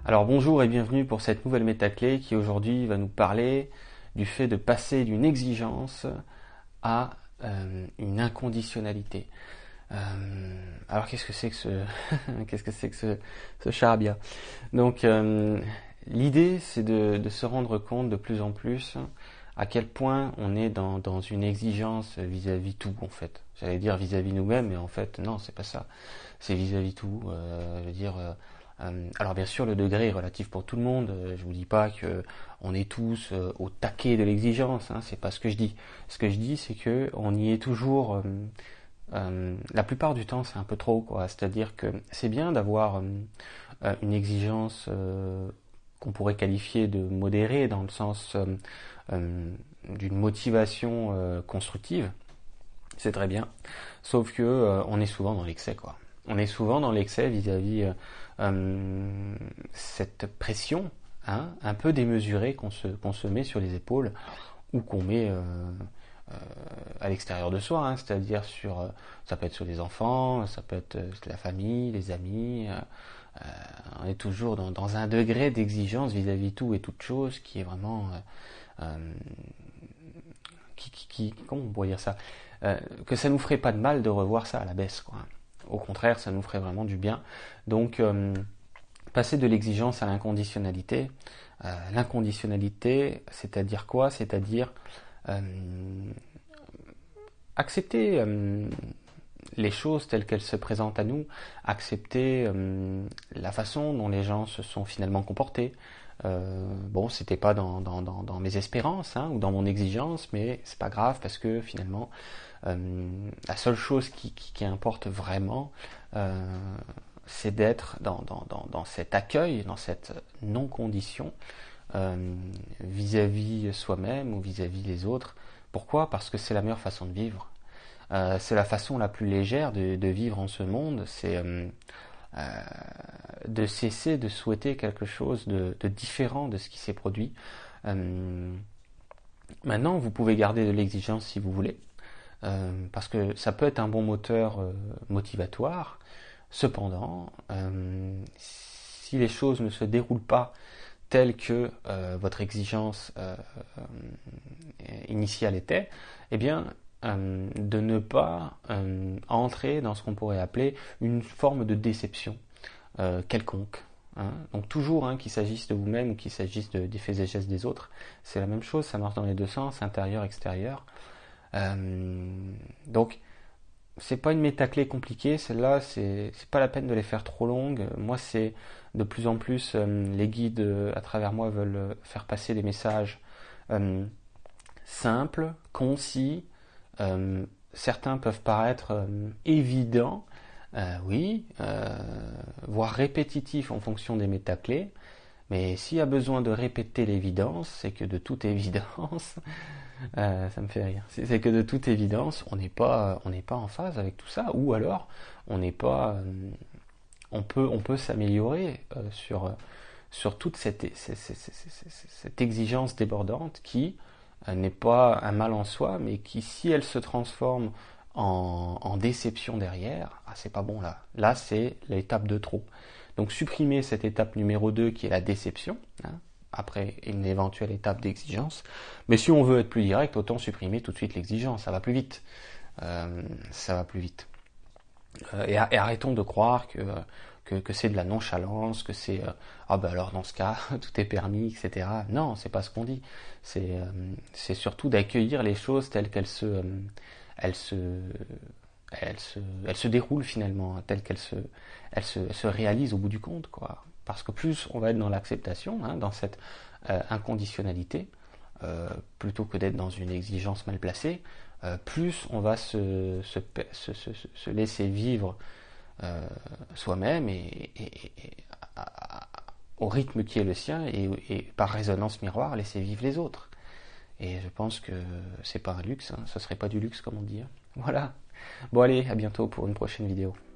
Alors bonjour et bienvenue pour cette nouvelle métaclé qui aujourd'hui va nous parler du fait de passer d'une exigence à une inconditionnalité. Alors qu'est-ce que c'est que ce charabia? Donc l'idée c'est de se rendre compte de plus en plus à quel point on est dans une exigence vis-à-vis tout en fait. J'allais dire vis-à-vis nous-mêmes, mais en fait non, c'est pas ça. C'est vis-à-vis tout. Je veux dire. Alors bien sûr le degré est relatif pour tout le monde. Je vous dis pas que on est tous au taquet de l'exigence. Hein, c'est pas ce que je dis. Ce que je dis c'est que on y est toujours. La plupart du temps c'est un peu trop quoi. C'est-à-dire que c'est bien d'avoir une exigence qu'on pourrait qualifier de modérée dans le sens d'une motivation constructive. C'est très bien. Sauf que on est souvent dans l'excès quoi. On est souvent dans l'excès vis-à-vis cette pression un peu démesurée qu'on se met sur les épaules ou qu'on met à l'extérieur de soi, hein, c'est-à-dire ça peut être sur les enfants, ça peut être la famille, les amis. On est toujours dans un degré d'exigence vis-à-vis tout et toute chose qui est vraiment comment on pourrait dire ça, que ça nous ferait pas de mal de revoir ça à la baisse quoi. Au contraire, ça nous ferait vraiment du bien. Donc passer de l'exigence à l'inconditionnalité. L'inconditionnalité, c'est-à-dire quoi? C'est-à-dire accepter les choses telles qu'elles se présentent à nous, accepter la façon dont les gens se sont finalement comportés. Bon, c'était pas dans mes espérances hein, ou dans mon exigence, mais c'est pas grave parce que finalement, la seule chose qui importe vraiment, c'est d'être dans cet accueil, dans cette non-condition vis-à-vis soi-même ou vis-à-vis les autres. Pourquoi? Parce que c'est la meilleure façon de vivre. C'est la façon la plus légère de vivre en ce monde. C'est de cesser de souhaiter quelque chose de différent de ce qui s'est produit. Maintenant, vous pouvez garder de l'exigence si vous voulez, parce que ça peut être un bon moteur motivatoire. Cependant, si les choses ne se déroulent pas telles que votre exigence initiale était, eh bien, de ne pas entrer dans ce qu'on pourrait appeler une forme de déception quelconque. Hein. Donc toujours hein, qu'il s'agisse de vous-même ou qu'il s'agisse des faits et gestes des autres, c'est la même chose, ça marche dans les deux sens, intérieur, extérieur. Donc c'est pas une métaclé compliquée, celle-là c'est pas la peine de les faire trop longues. Moi c'est de plus en plus les guides à travers moi veulent faire passer des messages simples, concis. Certains peuvent paraître évidents, oui, voire répétitifs en fonction des métaclés. Mais s'il y a besoin de répéter l'évidence, c'est que de toute évidence, ça me fait rire. C'est que de toute évidence, on n'est pas en phase avec tout ça, ou alors on n'est pas, on peut s'améliorer sur toute cette exigence débordante qui n'est pas un mal en soi, mais qui, si elle se transforme en déception derrière, ah, c'est pas bon là. Là, c'est l'étape de trop. Donc supprimer cette étape numéro 2 qui est la déception, hein, après une éventuelle étape d'exigence. Mais si on veut être plus direct, autant supprimer tout de suite l'exigence, ça va plus vite. Ça va plus vite. Et arrêtons de croire que c'est de la nonchalance, que c'est ah ben alors dans ce cas tout est permis, etc. Non, c'est pas ce qu'on dit. C'est surtout d'accueillir les choses telles qu'elles elles se, elles se déroulent finalement, telles elles se réalisent au bout du compte, quoi. Parce que plus on va être dans l'acceptation, hein, dans cette inconditionnalité, plutôt que d'être dans une exigence mal placée, plus on va se laisser vivre soi-même au rythme qui est le sien et par résonance miroir laisser vivre les autres. Et je pense que c'est pas un luxe, hein, ce serait pas du luxe comme on dit. Hein. Voilà. Bon allez, à bientôt pour une prochaine vidéo.